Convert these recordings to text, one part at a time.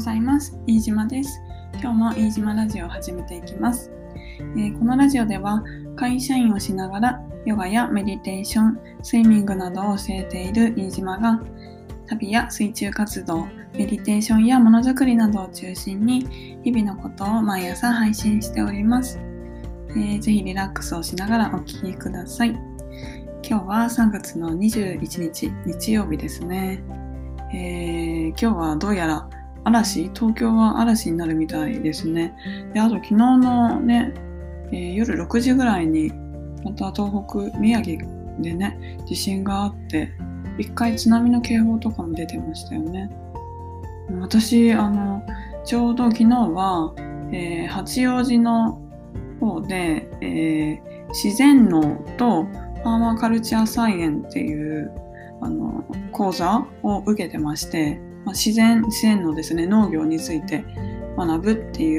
ざいます。飯島です。今日も飯島ラジオを始めていきます。このラジオでは会社員をしながらヨガやメディテーション、スイミングなどを教えている飯島が旅や水中活動、メディテーションやものづくりなどを中心に日々のことを毎朝配信しております。ぜひリラックスをしながらお聞きください。今日は3月の21日日曜日ですね。今日はどうやら東京は嵐になるみたいですね。で、あと昨日のね、夜6時ぐらいにまた東北、宮城でね、地震があって、一回津波の警報とかも出てましたよね。私、ちょうど昨日は、八王子の方で、自然農とパーマカルチャーサイエンっていう講座を受けてまして、自然のですね、農業について学ぶっていう、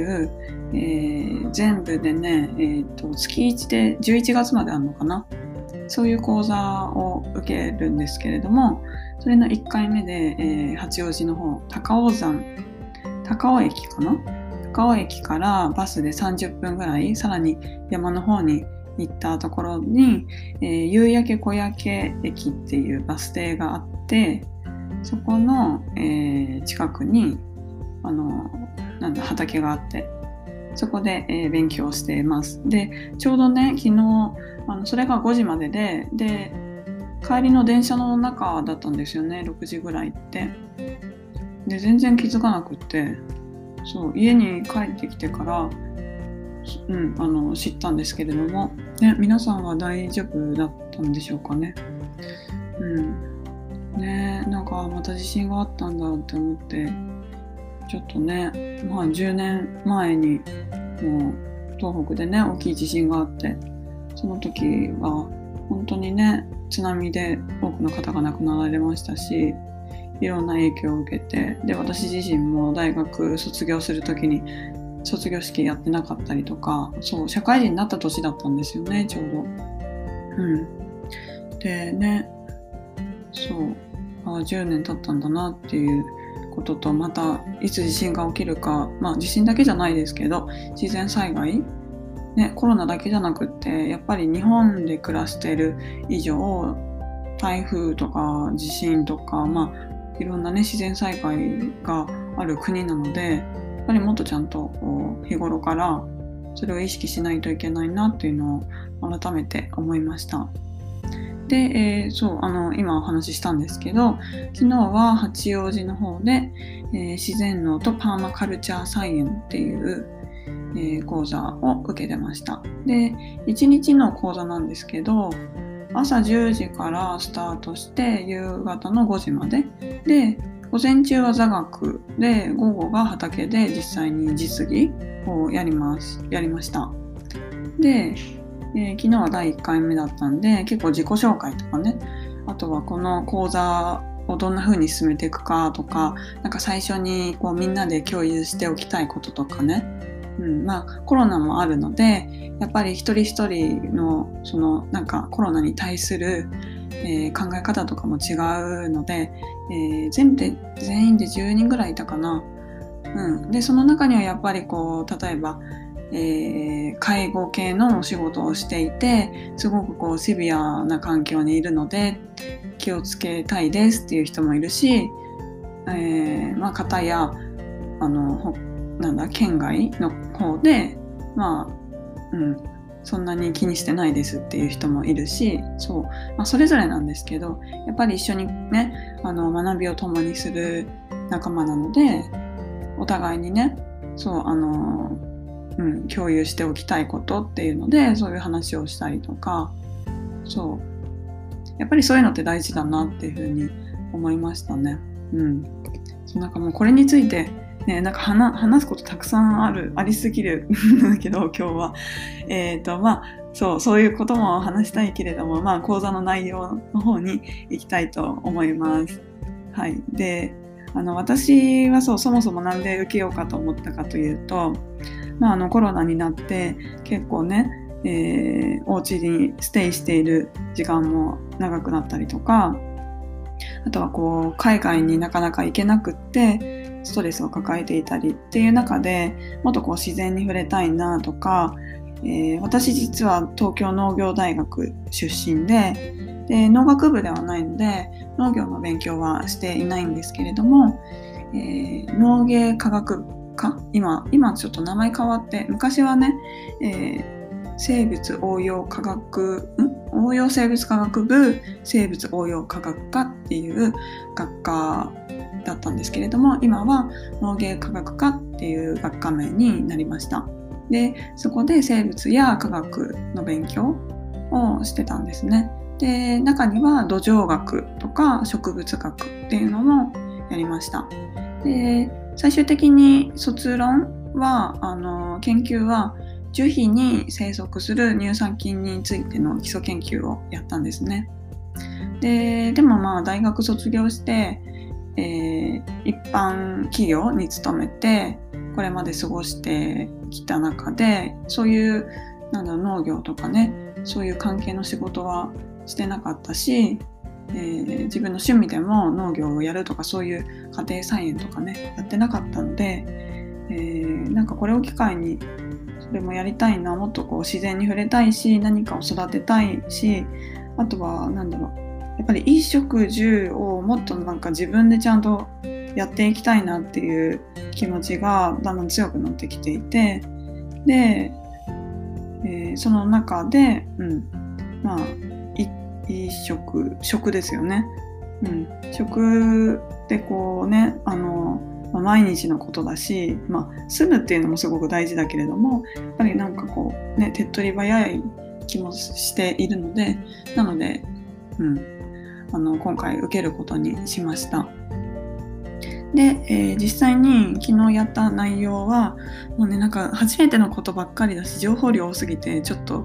全部でね、月1で11月まであるのかな、そういう講座を受けるんですけれども、それの1回目で、八王子の方、高尾駅かな、高尾駅からバスで30分ぐらい、さらに山の方に行ったところに、夕焼け小焼け駅っていうバス停があって、そこの、近くに畑があって、そこで、勉強しています。で、ちょうどね、昨日それが5時までで帰りの電車の中だったんですよね、6時ぐらいって。で、全然気づかなくって、そう、家に帰ってきてから知ったんですけれども、ね、皆さんは大丈夫だったんでしょうかね。ね、なんかまた地震があったんだって思って、ちょっとね、10年前にもう東北でね、大きい地震があって、その時は本当にね、津波で多くの方が亡くなられましたし、いろんな影響を受けて、で、私自身も大学卒業する時に卒業式やってなかったりとか、そう、社会人になった年だったんですよね、ちょうど。でね、そう、10年経ったんだなっていうことと、またいつ地震が起きるか、地震だけじゃないですけど、自然災害、ね、コロナだけじゃなくって、やっぱり日本で暮らしている以上、台風とか地震とか、いろんなね、自然災害がある国なので、やっぱりもっとちゃんと日頃からそれを意識しないといけないなっていうのを改めて思いました。で、今お話ししたんですけど、昨日は八王子の方で、自然農とパーマカルチャーサイエンっていう、講座を受けてました。で、1日の講座なんですけど、朝10時からスタートして夕方の5時までで、午前中は座学で、午後が畑で実際に実技をやりました。で、昨日は第1回目だったんで、結構自己紹介とかね、あとはこの講座をどんな風に進めていくかとか、なんか最初にみんなで共有しておきたいこととかね、コロナもあるので、やっぱり一人一人のコロナに対する、考え方とかも違うので、全員で10人ぐらいいたかな。で、その中にはやっぱり例えば、介護系のお仕事をしていて、すごくシビアな環境にいるので気をつけたいですっていう人もいるし、方や県外の方でそんなに気にしてないですっていう人もいるし、そう、それぞれなんですけど、やっぱり一緒にね、学びを共にする仲間なので、お互いにね、そう共有しておきたいことっていうので、そういう話をしたりとか、そう、やっぱりそういうのって大事だなっていうふうに思いましたね。もうこれについてね、話すことたくさんありすぎるんだけど、今日はそういうことも話したいけれども、講座の内容の方に行きたいと思います。はい。で、私はそもそもなんで受けようかと思ったかというと、コロナになって結構ね、お家にステイしている時間も長くなったりとか、あとは海外になかなか行けなくって、 ストレスを抱えていたりっていう中で、もっとこう自然に触れたいなとか、私実は東京農業大学出身で、農学部ではないので農業の勉強はしていないんですけれども、農芸科学科、今ちょっと名前変わって、昔はね、生物応用科学応用生物科学部生物応用科学科っていう学科だったんですけれども、今は農芸科学科っていう学科名になりました。でそこで生物や科学の勉強をしてたんですね。で中には土壌学とか植物学っていうのもやりました。で最終的に卒論は研究は樹皮に生息する乳酸菌についての基礎研究をやったんですね。でもまあ大学卒業して、一般企業に勤めてこれまで過ごしてきた中で、そういう農業とかね、そういう関係の仕事はしてなかったし、自分の趣味でも農業をやるとかそういう家庭菜園とかねやってなかったので、なんかこれを機会にそれもやりたいな、もっとこう自然に触れたいし、何かを育てたいし、あとはやっぱり衣食住をもっとなんか自分でちゃんとやっていきたいなっていう気持ちがだんだん強くなってきていて、で、その中で、まあ食ですよね。食でこうね、毎日のことだし、住むっていうのもすごく大事だけれども、やっぱりなんかこうね、手っ取り早い気もしているので、なので、今回受けることにしました。で、実際に昨日やった内容はもうね、なんか初めてのことばっかりだし、情報量多すぎてちょっと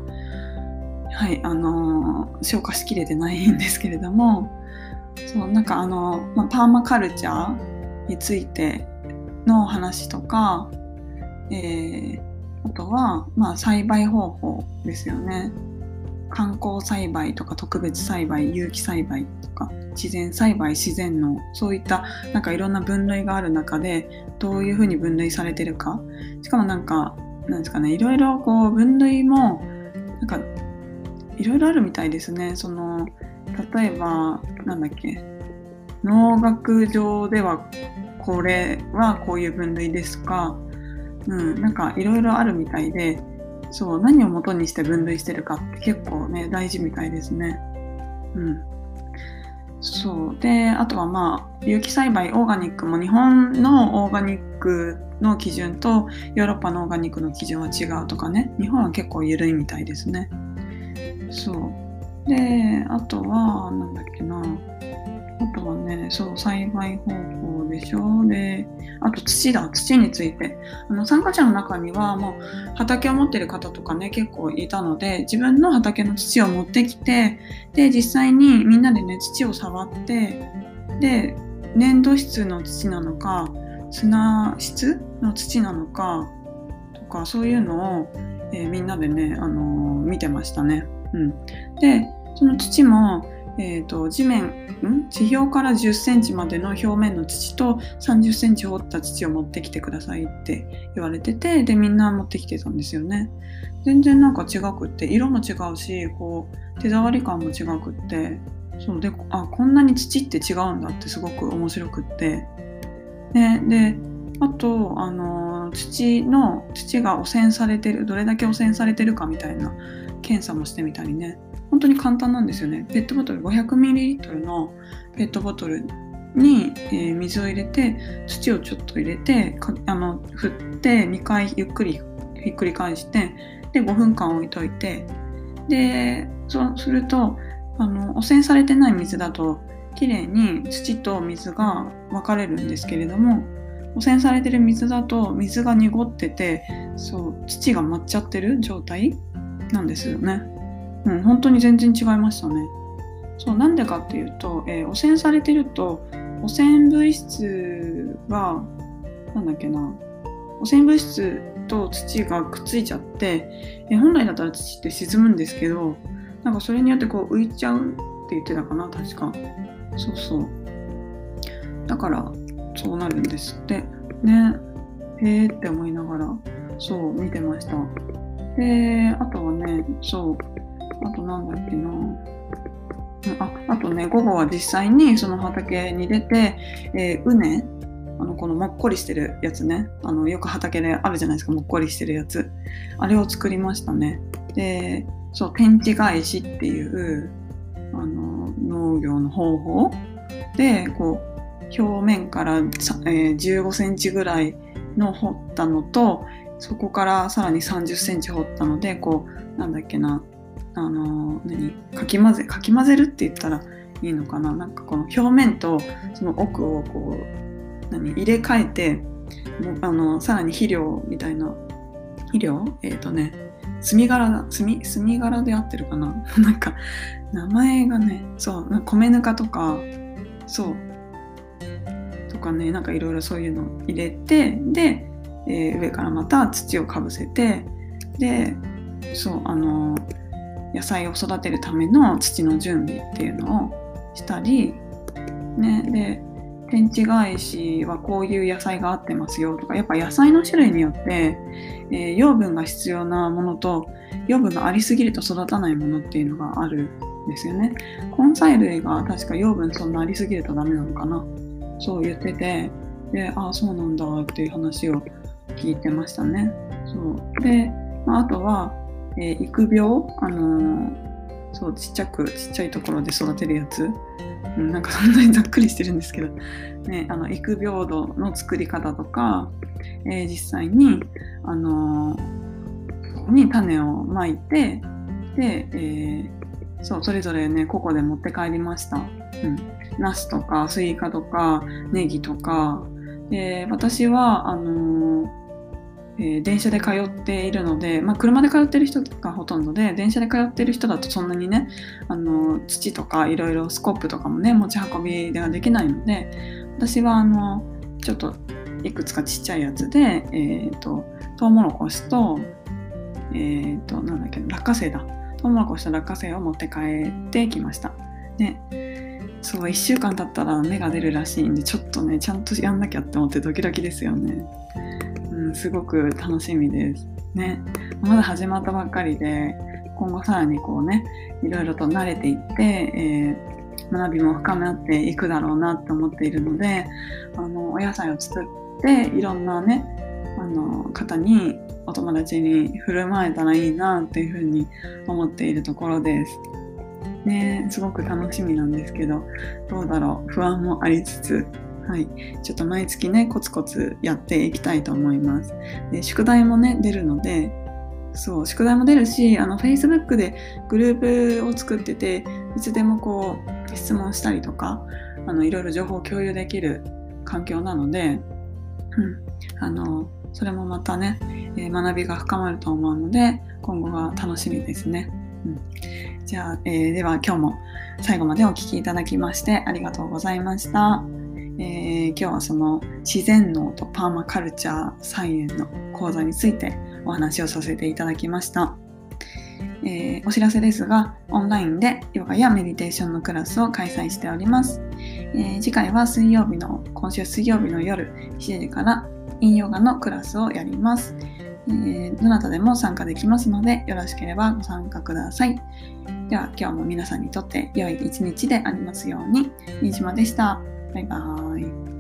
消化しきれてないんですけれども、そうなんかパーマカルチャーについての話とか、あとは栽培方法ですよね。観光栽培とか特別栽培、有機栽培とか自然栽培、自然農、そういったなんかいろんな分類がある中でどういうふうに分類されてるか、しかもなんですかね、いろいろこう分類もなんかいろいろあるみたいですね。例えば農学上ではこれはこういう分類ですか、なんかいろいろあるみたいで、そう何を元にして分類してるかって結構ね大事みたいですね。そうで、あとは有機栽培オーガニックも日本のオーガニックの基準とヨーロッパのオーガニックの基準は違うとかね、日本は結構緩いみたいですね。そうで、あとはそう栽培方法でしょ。で、あと土について参加者の中にはもう畑を持ってる方とかね結構いたので、自分の畑の土を持ってきて、で実際にみんなでね土を触って、で粘土質の土なのか砂質の土なのかとか、そういうのを、みんなでね、見てましたね。でその土も地表から10センチまでの表面の土と30センチ掘った土を持ってきてくださいって言われてて、でみんな持ってきてたんですよね。全然なんか違くって、色も違うし、こう手触り感も違くって、そうで、こんなに土って違うんだってすごく面白くって、であと土が汚染されてる、どれだけ汚染されてるかみたいな検査もしてみたりね。本当に簡単なんですよね。ペットボトル 500ml のペットボトルに、水を入れて土をちょっと入れて振って2回ゆっくりひっくり返して、で5分間置いといて、でそうすると汚染されてない水だときれいに土と水が分かれるんですけれども、汚染されてる水だと水が濁ってて、そう土が舞っちゃってる状態なんですよね。本当に全然違いましたね。そうなんでかっていうと、汚染されてると汚染物質が汚染物質と土がくっついちゃって、本来だったら土って沈むんですけど、なんかそれによってこう浮いちゃうって言ってたかな、確か。そうだからそうなるんですってね。へーって思いながらそう見てました。で、あとはね、そう、あとなんだっけな。あとね、午後は実際にその畑に出て、畝、このもっこりしてるやつね、よく畑であるじゃないですか、もっこりしてるやつ。あれを作りましたね。で、そう、天地返しっていう、農業の方法で、こう、表面から15センチぐらいの掘ったのと、そこからさらに30センチ掘ったので、こう、なんだっけな、かき混ぜるって言ったらいいのかな、なんかこの表面とその奥をこう入れ替えて、さらに肥料みたいな炭殻で合ってるかななんか名前がね、そう米ぬかとかそうとかね、なんかいろいろそういうの入れて、で、上からまた土をかぶせて、でそう野菜を育てるための土の準備っていうのをしたり、ね、で天地返しはこういう野菜が合ってますよとか、やっぱ野菜の種類によって、養分が必要なものと養分がありすぎると育たないものっていうのがあるんですよね。根菜類が確か養分そんなありすぎるとダメなのかな、そう言ってて、で、そうなんだっていう話を聞いてましたね。そうで、あとは育苗、そうちっちゃいところで育てるやつ、なんかそんなにざっくりしてるんですけど、ね、育苗土の作り方とか、実際にここに種をまいて、で、それぞれね個々で持って帰りました。ナスとかスイカとかネギとかで、私は電車で通っているので、車で通ってる人がほとんどで、電車で通ってる人だとそんなにね、土とかいろいろスコップとかもね持ち運びではできないので、私はちょっといくつかちっちゃいやつで、トウモロコシとなんだっけ、落花生だ。トウモロコシと落花生を持って帰ってきました。ね、そう1週間経ったら芽が出るらしいんで、ちょっとねちゃんとやんなきゃって思ってドキドキですよね。すごく楽しみですね。まだ始まったばっかりで、今後さらにこうね、いろいろと慣れていって、学びも深め合っていくだろうなって思っているので、お野菜を作っていろんなね、方に、お友達に振る舞えたらいいなっていうふうに思っているところですね。すごく楽しみなんですけど、どうだろう、不安もありつつ、はい、ちょっと毎月ねコツコツやっていきたいと思います。で、宿題もね出るので、そう宿題も出るし、Facebook でグループを作ってて、いつでもこう質問したりとか、いろいろ情報を共有できる環境なので、それもまたね、学びが深まると思うので、今後が楽しみですね。じゃあ、では今日も最後までお聞きいただきましてありがとうございました。今日はその自然農とパーマカルチャー菜園の講座についてお話をさせていただきました。お知らせですが、オンラインでヨガやメディテーションのクラスを開催しております。次回は今週水曜日の夜7時からインヨガのクラスをやります。どなたでも参加できますので、よろしければご参加ください。では今日も皆さんにとって良い一日でありますように。飯島でした。バイバーイ。